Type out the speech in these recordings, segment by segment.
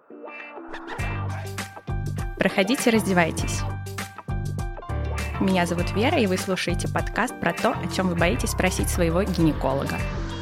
Проходите, раздевайтесь. Меня зовут Вера, и вы слушаете подкаст про то, о чем вы боитесь спросить своего гинеколога.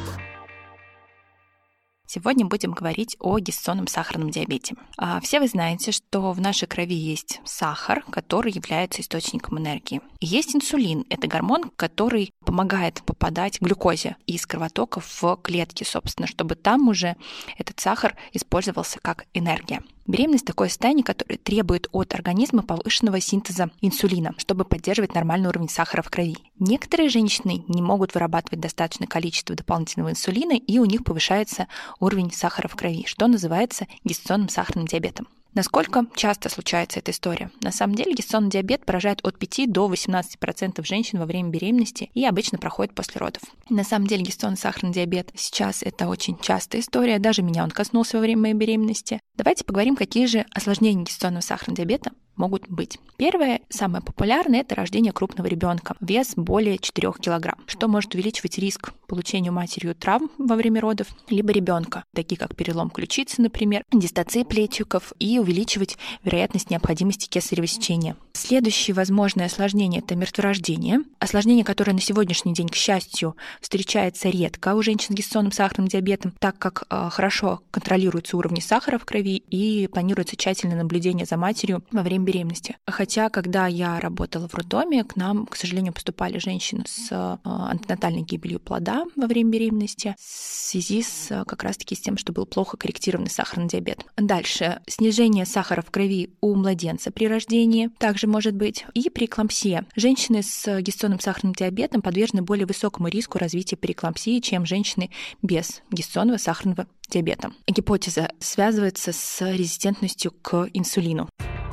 Сегодня будем говорить о гестационном сахарном диабете. Все вы знаете, что в нашей крови есть сахар, который является источником энергии. И есть инсулин. Это гормон, который помогает попадать глюкозе из кровотока в клетки, собственно, чтобы там уже этот сахар использовался как энергия. Беременность — такое состояние, которое требует от организма повышенного синтеза инсулина, чтобы поддерживать нормальный уровень сахара в крови. Некоторые женщины не могут вырабатывать достаточное количество дополнительного инсулина, и у них повышается уровень сахара в крови, что называется гестационным сахарным диабетом. Насколько часто случается эта история? На самом деле гестационный диабет поражает от 5 до 18% женщин во время беременности и обычно проходит после родов. На самом деле гестационный сахарный диабет сейчас это очень частая история, даже меня он коснулся во время моей беременности. Давайте поговорим, какие же осложнения гестационного сахарного диабета могут быть. Первое, самое популярное, это рождение крупного ребенка. Вес более 4 кг, что может увеличивать риск получения матерью травм во время родов, либо ребенка, такие как перелом ключицы, например, дистоция плечиков, и увеличивать вероятность необходимости кесарево сечения. Следующее возможное осложнение – это мертворождение. Осложнение, которое на сегодняшний день, к счастью, встречается редко у женщин с гестационным сахарным диабетом, так как хорошо контролируются уровни сахара в крови и планируется тщательное наблюдение за матерью во время беременности. Хотя, когда я работала в роддоме, к нам, к сожалению, поступали женщины с антенатальной гибелью плода во время беременности в связи с как раз-таки с тем, что был плохо корректированный сахарный диабет. Дальше. Снижение сахара в крови у младенца при рождении также может быть. И преэклампсия. Женщины с гестационным сахарным диабетом подвержены более высокому риску развития преэклампсии, чем женщины без гестационного сахарного диабета. Гипотеза связывается с резистентностью к инсулину.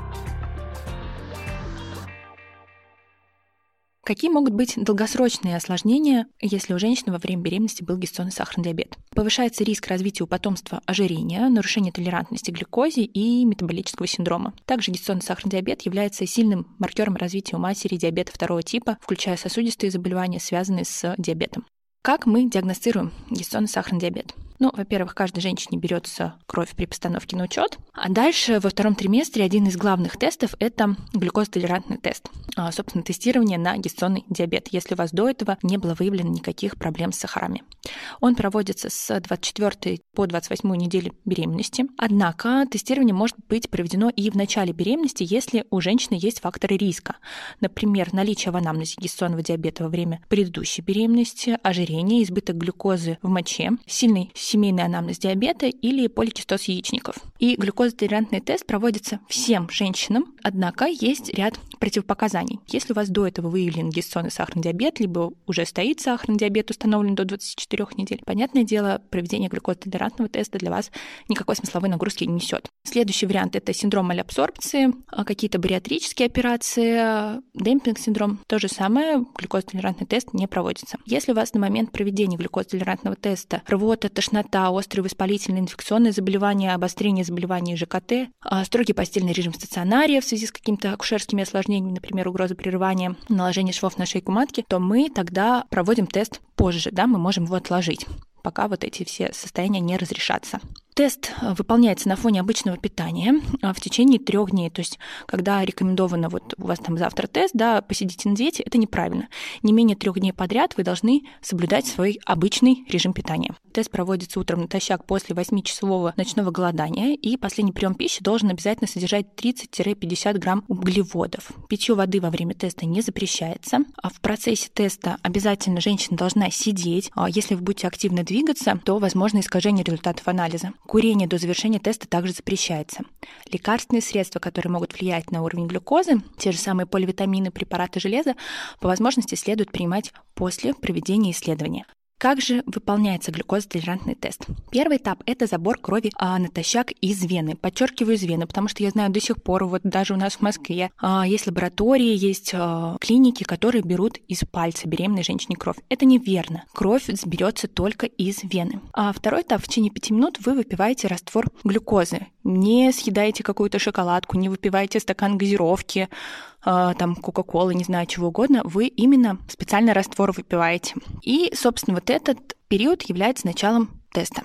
Какие могут быть долгосрочные осложнения, если у женщины во время беременности был гестационный сахарный диабет? Повышается риск развития у потомства ожирения, нарушения толерантности к глюкозе и метаболического синдрома. Также гестационный сахарный диабет является сильным маркером развития у матери диабета второго типа, включая сосудистые заболевания, связанные с диабетом. Как мы диагностируем гестационный сахарный диабет? Во-первых, каждой женщине берется кровь при постановке на учет, а дальше во втором триместре один из главных тестов – это глюкозотолерантный тест, собственно, тестирование на гестационный диабет, если у вас до этого не было выявлено никаких проблем с сахарами. Он проводится с 24 по 28 неделю беременности, однако тестирование может быть проведено и в начале беременности, если у женщины есть факторы риска, например, наличие в анамнезе гестационного диабета во время предыдущей беременности, ожирение, избыток глюкозы в моче, сильный семейный анамнез диабета или поликистоз яичников. И глюкозотолерантный тест проводится всем женщинам, однако есть ряд противопоказаний. Если у вас до этого выявлен гестационный сахарный диабет, либо уже стоит сахарный диабет, установлен до 24 недель, понятное дело, проведение глюкозотолерантного теста для вас никакой смысловой нагрузки не несет. Следующий вариант – это синдром малябсорбции, какие-то бариатрические операции, демпинг-синдром. То же самое, глюкозотолерантный тест не проводится. Если у вас на момент проведения глюкозотолерантного теста рвота, тошнота, острые воспалительные инфекционные заболевания, обострение заболеваний ЖКТ, строгий постельный режим в стационаре в связи с какими-то акушерскими осложнениями, например, угроза прерывания, наложение швов на шейку матки, то мы тогда проводим тест позже, мы можем его отложить, пока вот эти все состояния не разрешатся. Тест выполняется на фоне обычного питания в течение 3 дней. То есть, когда рекомендовано, у вас там завтра тест, посидите на диете, это неправильно. Не менее 3 дней подряд вы должны соблюдать свой обычный режим питания. Тест проводится утром натощак после 8-часового ночного голодания, и последний прием пищи должен обязательно содержать 30-50 грамм углеводов. Питье воды во время теста не запрещается. В процессе теста обязательно женщина должна сидеть. Если вы будете активно двигаться, то возможно искажение результатов анализа. Курение до завершения теста также запрещается. Лекарственные средства, которые могут влиять на уровень глюкозы, те же самые поливитамины, препараты железа, по возможности следует принимать после проведения исследования. Как же выполняется глюкозотолерантный тест? Первый этап – это забор крови натощак из вены. Подчеркиваю, из вены, потому что я знаю до сих пор, даже у нас в Москве есть лаборатории, есть клиники, которые берут из пальца беременной женщине кровь. Это неверно. Кровь берется только из вены. А второй этап – в течение 5 минут вы выпиваете раствор глюкозы. Не съедаете какую-то шоколадку, не выпиваете стакан газировки, кока-колы, не знаю, чего угодно, вы именно специальный раствор выпиваете. И, собственно, вот этот период является началом теста.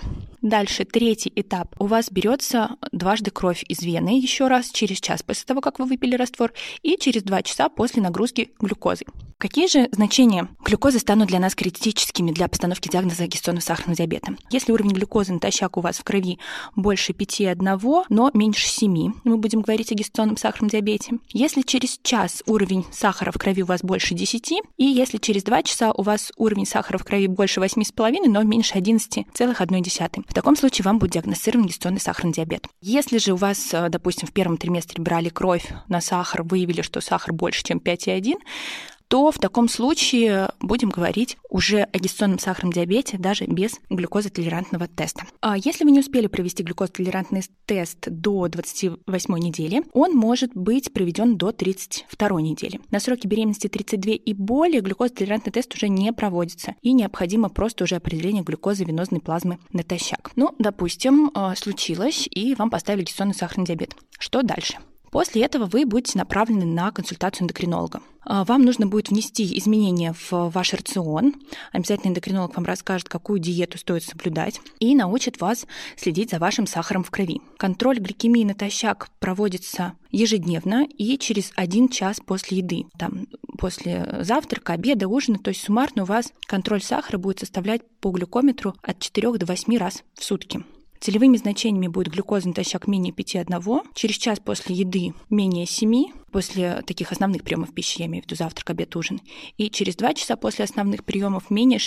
Дальше, третий этап. У вас берется дважды кровь из вены еще раз через час после того, как вы выпили раствор, и через 2 часа после нагрузки глюкозой. Какие же значения глюкозы станут для нас критическими для постановки диагноза гестационно-сахарного диабета? Если уровень глюкозы натощак у вас в крови больше 5,1, но меньше 7, мы будем говорить о гестационном сахарном диабете. Если через час уровень сахара в крови у вас больше 10, и если через 2 часа у вас уровень сахара в крови больше 8,5, но меньше 11,1. В таком случае вам будет диагностирован гестационный сахарный диабет. Если же у вас, допустим, в первом триместре брали кровь на сахар, выявили, что сахар больше, чем 5,1, то в таком случае будем говорить уже о гестационном сахарном диабете даже без глюкозотолерантного теста. А если вы не успели провести глюкозотолерантный тест до 28 недели, он может быть проведен до 32 недели. На сроке беременности 32 и более глюкозотолерантный тест уже не проводится, и необходимо просто уже определение глюкозы венозной плазмы натощак. Допустим, случилось, и вам поставили гестационный сахарный диабет. Что дальше? После этого вы будете направлены на консультацию эндокринолога. Вам нужно будет внести изменения в ваш рацион. Обязательно эндокринолог вам расскажет, какую диету стоит соблюдать, и научит вас следить за вашим сахаром в крови. Контроль гликемии натощак проводится ежедневно и через 1 час после еды. После завтрака, обеда, ужина, то есть суммарно у вас контроль сахара будет составлять по глюкометру от 4 до 8 раз в сутки. Целевыми значениями будет глюкоза натощак менее 5,1, через час после еды менее 7, после таких основных приемов пищи, я имею в виду завтрак, обед, ужин, и через 2 часа после основных приемов менее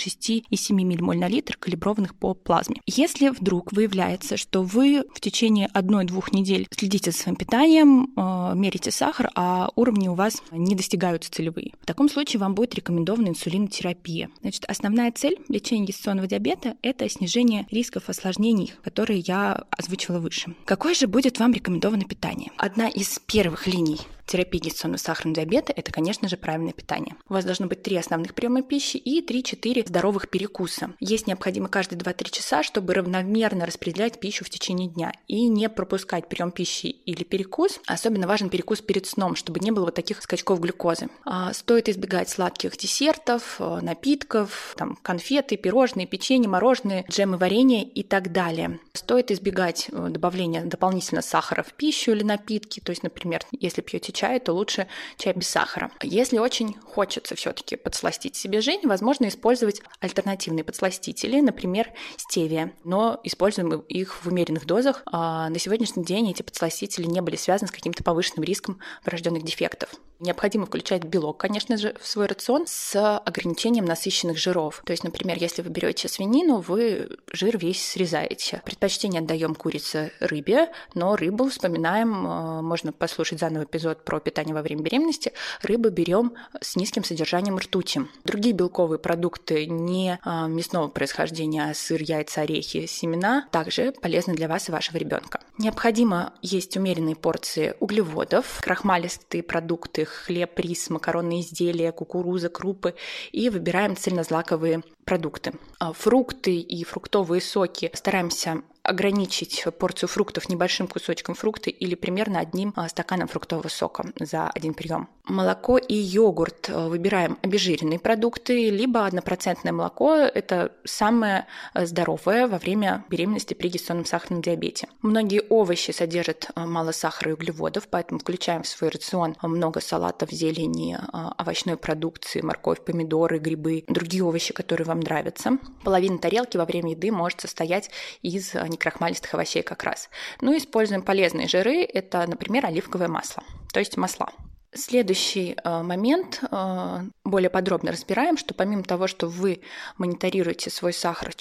6,7 ммоль на литр, калиброванных по плазме. Если вдруг выявляется, что вы в течение 1-2 недель следите за своим питанием, мерите сахар, а уровни у вас не достигаются целевые, в таком случае вам будет рекомендована инсулинотерапия. Значит, основная цель лечения гестационного диабета – это снижение рисков осложнений, которые я озвучила выше. Какое же будет вам рекомендовано питание? Одна из первых линий терапии гестационного сахарного диабета – это, конечно же, правильное питание. У вас должно быть 3 основных приема пищи и 3-4 здоровых перекуса. Есть необходимо каждые 2-3 часа, чтобы равномерно распределять пищу в течение дня и не пропускать прием пищи или перекус. Особенно важен перекус перед сном, чтобы не было вот таких скачков глюкозы. Стоит избегать сладких десертов, напитков, конфеты, пирожные, печенье, мороженое, джемы, варенье и так далее. Стоит избегать добавления дополнительно сахара в пищу или напитки. То есть, например, если пьете чай, то лучше чай без сахара. Если очень хочется все-таки подсластить себе жизнь, возможно использовать альтернативные подсластители, например, стевия, но используем их в умеренных дозах. На сегодняшний день эти подсластители не были связаны с каким-то повышенным риском врожденных дефектов. Необходимо включать белок, конечно же, в свой рацион с ограничением насыщенных жиров. То есть, например, если вы берете свинину, вы жир весь срезаете. Предпочтение отдаем курице, рыбе, но рыбу вспоминаем, можно послушать заново эпизод про питание во время беременности. Рыбу берем с низким содержанием ртути. Другие белковые продукты не мясного происхождения, сыр, яйца, орехи, семена, также полезны для вас и вашего ребенка. Необходимо есть умеренные порции углеводов, крахмалистые продукты, хлеб, рис, макаронные изделия, кукуруза, крупы, и выбираем цельнозлаковые продукты. Фрукты и фруктовые соки стараемся ограничить порцию фруктов небольшим кусочком фрукта или примерно 1 стаканом фруктового сока за 1 прием. Молоко и йогурт выбираем обезжиренные продукты, либо 1% молоко – это самое здоровое во время беременности при гестационном сахарном диабете. Многие овощи содержат мало сахара и углеводов, поэтому включаем в свой рацион много салатов, зелени, овощной продукции, морковь, помидоры, грибы, другие овощи, которые вам нравятся. Половина тарелки во время еды может состоять из некрахмалистых овощей как раз. Используем полезные жиры, это, например, оливковое масло, то есть масла. Следующий момент, более подробно разбираем, что помимо того, что вы мониторируете свой сахар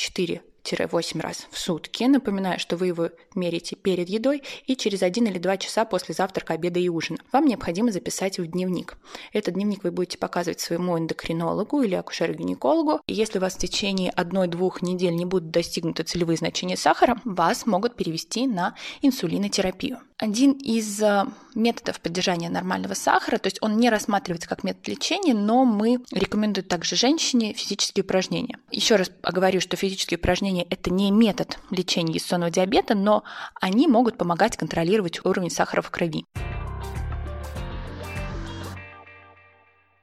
4-8 раз в сутки, напоминаю, что вы его меряете перед едой и через 1 или 2 часа после завтрака, обеда и ужина. Вам необходимо записать в дневник. Этот дневник вы будете показывать своему эндокринологу или акушеру-гинекологу. И если у вас в течение 1-2 недель не будут достигнуты целевые значения сахара, вас могут перевести на инсулинотерапию. Один из методов поддержания нормального сахара, то есть он не рассматривается как метод лечения, но мы рекомендуем также женщине физические упражнения. Еще раз оговорю, что физические упражнения – это не метод лечения гестационного диабета, но они могут помогать контролировать уровень сахара в крови.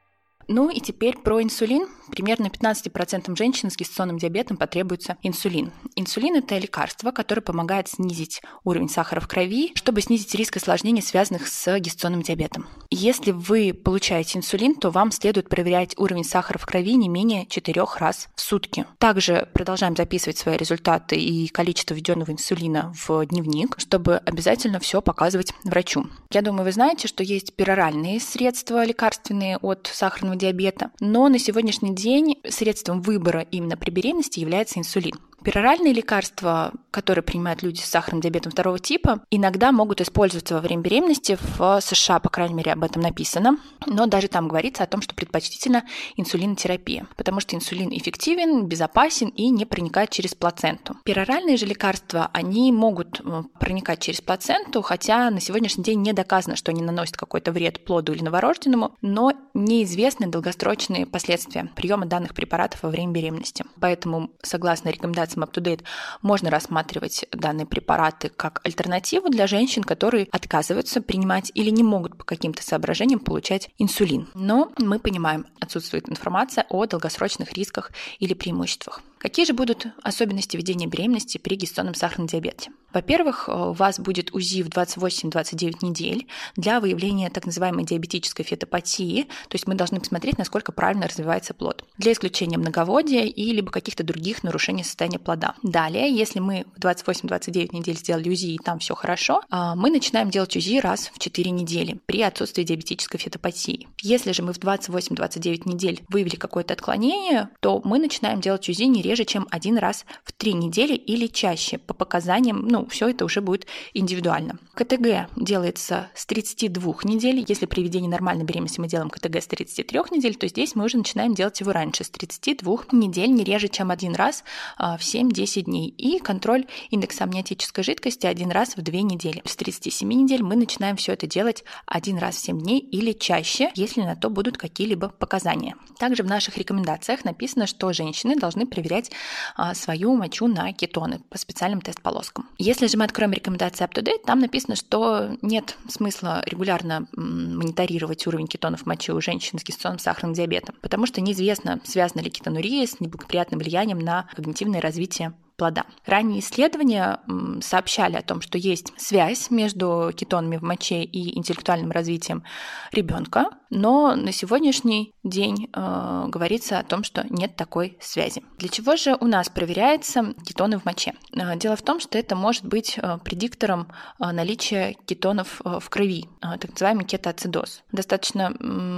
Ну и теперь про инсулин. Примерно 15% женщин с гестационным диабетом потребуется инсулин. Инсулин – это лекарство, которое помогает снизить уровень сахара в крови, чтобы снизить риск осложнений, связанных с гестационным диабетом. Если вы получаете инсулин, то вам следует проверять уровень сахара в крови не менее 4 раз в сутки. Также продолжаем записывать свои результаты и количество введенного инсулина в дневник, чтобы обязательно все показывать врачу. Я думаю, вы знаете, что есть пероральные средства лекарственные от сахарного диабета, но на сегодняшний день средством выбора именно при беременности является инсулин. Пероральные лекарства, которые принимают люди с сахарным диабетом 2 типа, иногда могут использоваться во время беременности. В США, по крайней мере, об этом написано. Но даже там говорится о том, что предпочтительно инсулинотерапия, потому что инсулин эффективен, безопасен и не проникает через плаценту. Пероральные же лекарства, они могут проникать через плаценту, хотя на сегодняшний день не доказано, что они наносят какой-то вред плоду или новорожденному, но неизвестны долгосрочные последствия приема данных препаратов во время беременности. Поэтому, согласно рекомендациям UpToDate, можно рассматривать данные препараты как альтернативу для женщин, которые отказываются принимать или не могут по каким-то соображениям получать инсулин. Но мы понимаем, отсутствует информация о долгосрочных рисках или преимуществах. Какие же будут особенности ведения беременности при гестационном сахарном диабете? Во-первых, у вас будет УЗИ в 28-29 недель для выявления так называемой диабетической фетопатии, то есть мы должны посмотреть, насколько правильно развивается плод, для исключения многоводия и либо каких-то других нарушений состояния плода. Далее, если мы в 28-29 недель сделали УЗИ и там все хорошо, мы начинаем делать УЗИ раз в 4 недели при отсутствии диабетической фетопатии. Если же мы в 28-29 недель выявили какое-то отклонение, то мы начинаем делать УЗИ не реже, чем 1 раз в 3 недели или чаще по показаниям, все это уже будет индивидуально. КТГ делается с 32 недель. Если при ведении нормальной беременности мы делаем КТГ с 33 недель, то здесь мы уже начинаем делать его раньше, с 32 недель, не реже, чем 1 раз в 7-10 дней. И контроль индекса амниотической жидкости 1 раз в 2 недели. С 37 недель мы начинаем все это делать 1 раз в 7 дней или чаще, если на то будут какие-либо показания. Также в наших рекомендациях написано, что женщины должны проверять свою мочу на кетоны по специальным тест-полоскам. Если же мы откроем рекомендации UpToDate, там написано, что нет смысла регулярно мониторировать уровень кетонов в моче у женщин с гестационным сахарным диабетом, потому что неизвестно, связана ли кетонурия с неблагоприятным влиянием на когнитивное развитие плода. Ранние исследования сообщали о том, что есть связь между кетонами в моче и интеллектуальным развитием ребенка, но на сегодняшний день говорится о том, что нет такой связи. Для чего же у нас проверяются кетоны в моче? Дело в том, что это может быть предиктором наличия кетонов в крови, так называемый кетоацидоз. Достаточно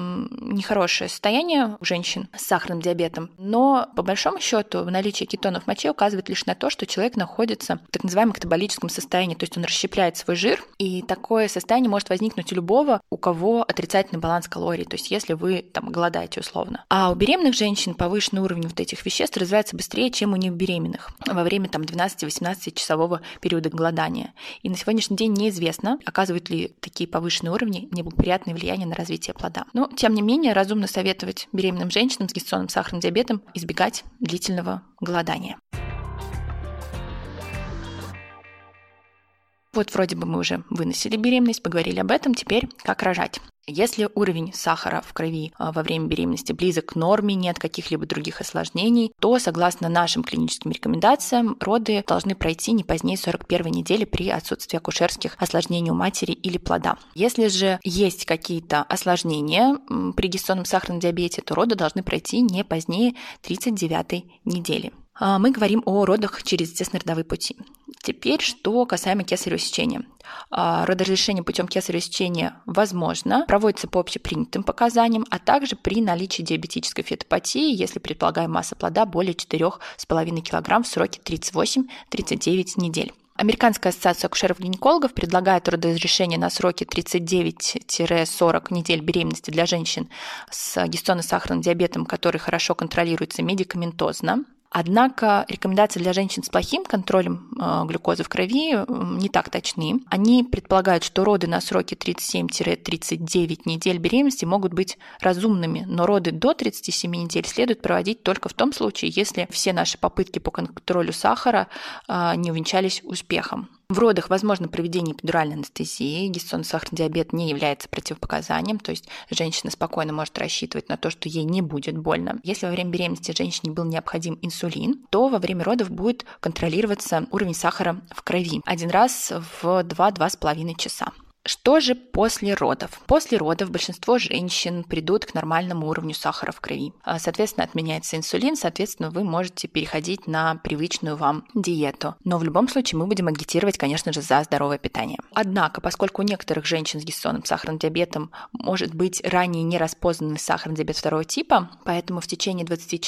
нехорошее состояние у женщин с сахарным диабетом, но по большому счету наличие кетонов в моче указывает лишь на то, что человек находится в так называемом катаболическом состоянии, то есть он расщепляет свой жир, и такое состояние может возникнуть у любого, у кого отрицательный баланс калорий, то есть если вы там голодаете условно. А у беременных женщин повышенный уровень вот этих веществ развивается быстрее, чем у небеременных во время там 12-18 часового периода голодания. И на сегодняшний день неизвестно, оказывают ли такие повышенные уровни неблагоприятное влияние на развитие плода. Но, тем не менее, разумно советовать беременным женщинам с гестационным сахарным диабетом избегать длительного голодания. Вот вроде бы мы уже выносили беременность, поговорили об этом, теперь как рожать. Если уровень сахара в крови во время беременности близок к норме, нет каких-либо других осложнений, то, согласно нашим клиническим рекомендациям, роды должны пройти не позднее 41 недели при отсутствии акушерских осложнений у матери или плода. Если же есть какие-то осложнения при гестационном сахарном диабете, то роды должны пройти не позднее 39 недели. Мы говорим о родах через естественно-родовые пути. Теперь, что касаемо кесарево сечения. Родоразрешение путем кесарево сечения возможно, проводится по общепринятым показаниям, а также при наличии диабетической фетопатии, если предполагаемая масса плода более 4,5 кг в сроке 38-39 недель. Американская ассоциация акушеров-гинекологов предлагает родоразрешение на сроки 39-40 недель беременности для женщин с гестационно-сахарным диабетом, который хорошо контролируется медикаментозно. Однако рекомендации для женщин с плохим контролем глюкозы в крови не так точны. Они предполагают, что роды на сроке 37-39 недель беременности могут быть разумными, но роды до 37 недель следует проводить только в том случае, если все наши попытки по контролю сахара не увенчались успехом. В родах возможно проведение эпидуральной анестезии. Гестационный сахарный диабет не является противопоказанием, то есть женщина спокойно может рассчитывать на то, что ей не будет больно. Если во время беременности женщине был необходим инсулин, то во время родов будет контролироваться уровень сахара в крови 1 раз в 2-2,5 часа. Что же после родов? После родов большинство женщин придут к нормальному уровню сахара в крови. Соответственно, отменяется инсулин, соответственно, вы можете переходить на привычную вам диету. Но в любом случае мы будем агитировать, конечно же, за здоровое питание. Однако, поскольку у некоторых женщин с гестационным сахарным диабетом может быть ранее нераспознанный сахарный диабет 2 типа, поэтому в течение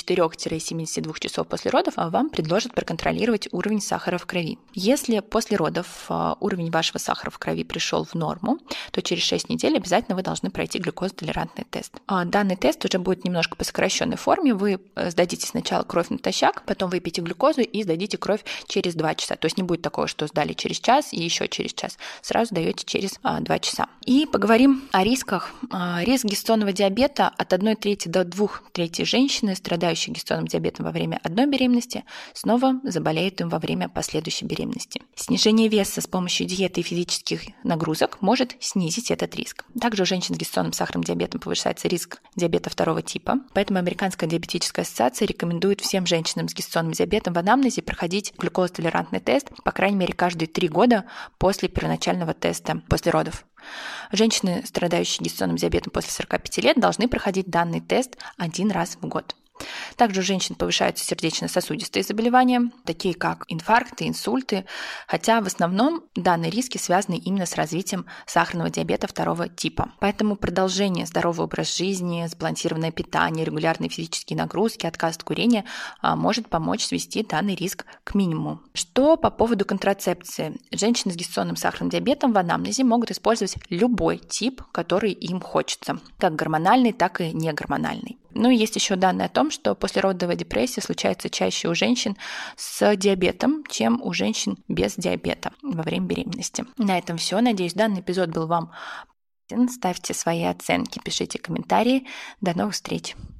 24-72 часов после родов вам предложат проконтролировать уровень сахара в крови. Если после родов уровень вашего сахара в крови пришел в норму, то через 6 недель обязательно вы должны пройти глюкозотолерантный тест. Данный тест уже будет немножко по сокращенной форме. Вы сдадите сначала кровь натощак, потом выпьете глюкозу и сдадите кровь через 2 часа. То есть не будет такого, что сдали через час и еще через час. Сразу даете через 2 часа. И поговорим о рисках. Риск гестационного диабета от 1/3 до 2/3 женщины, страдающие гестационным диабетом во время одной беременности, снова заболеют им во время последующей беременности. Снижение веса с помощью диеты и физических нагрузок может снизить этот риск. Также у женщин с гестационным сахарным диабетом повышается риск диабета 2 типа, поэтому Американская диабетическая ассоциация рекомендует всем женщинам с гестационным диабетом в анамнезе проходить глюкозотолерантный тест, по крайней мере, каждые 3 года после первоначального теста после родов. Женщины, страдающие гестационным диабетом после 45 лет, должны проходить данный тест 1 раз в год. Также у женщин повышаются сердечно-сосудистые заболевания, такие как инфаркты, инсульты, хотя в основном данные риски связаны именно с развитием сахарного диабета 2 типа. Поэтому продолжение здорового образа жизни, сбалансированное питание, регулярные физические нагрузки, отказ от курения может помочь свести данный риск к минимуму. Что по поводу контрацепции? Женщины с гестационным сахарным диабетом в анамнезе могут использовать любой тип, который им хочется, как гормональный, так и негормональный. Ну и есть еще данные о том, что послеродовая депрессия случается чаще у женщин с диабетом, чем у женщин без диабета во время беременности. На этом все. Надеюсь, данный эпизод был вам полезен. Ставьте свои оценки, пишите комментарии. До новых встреч!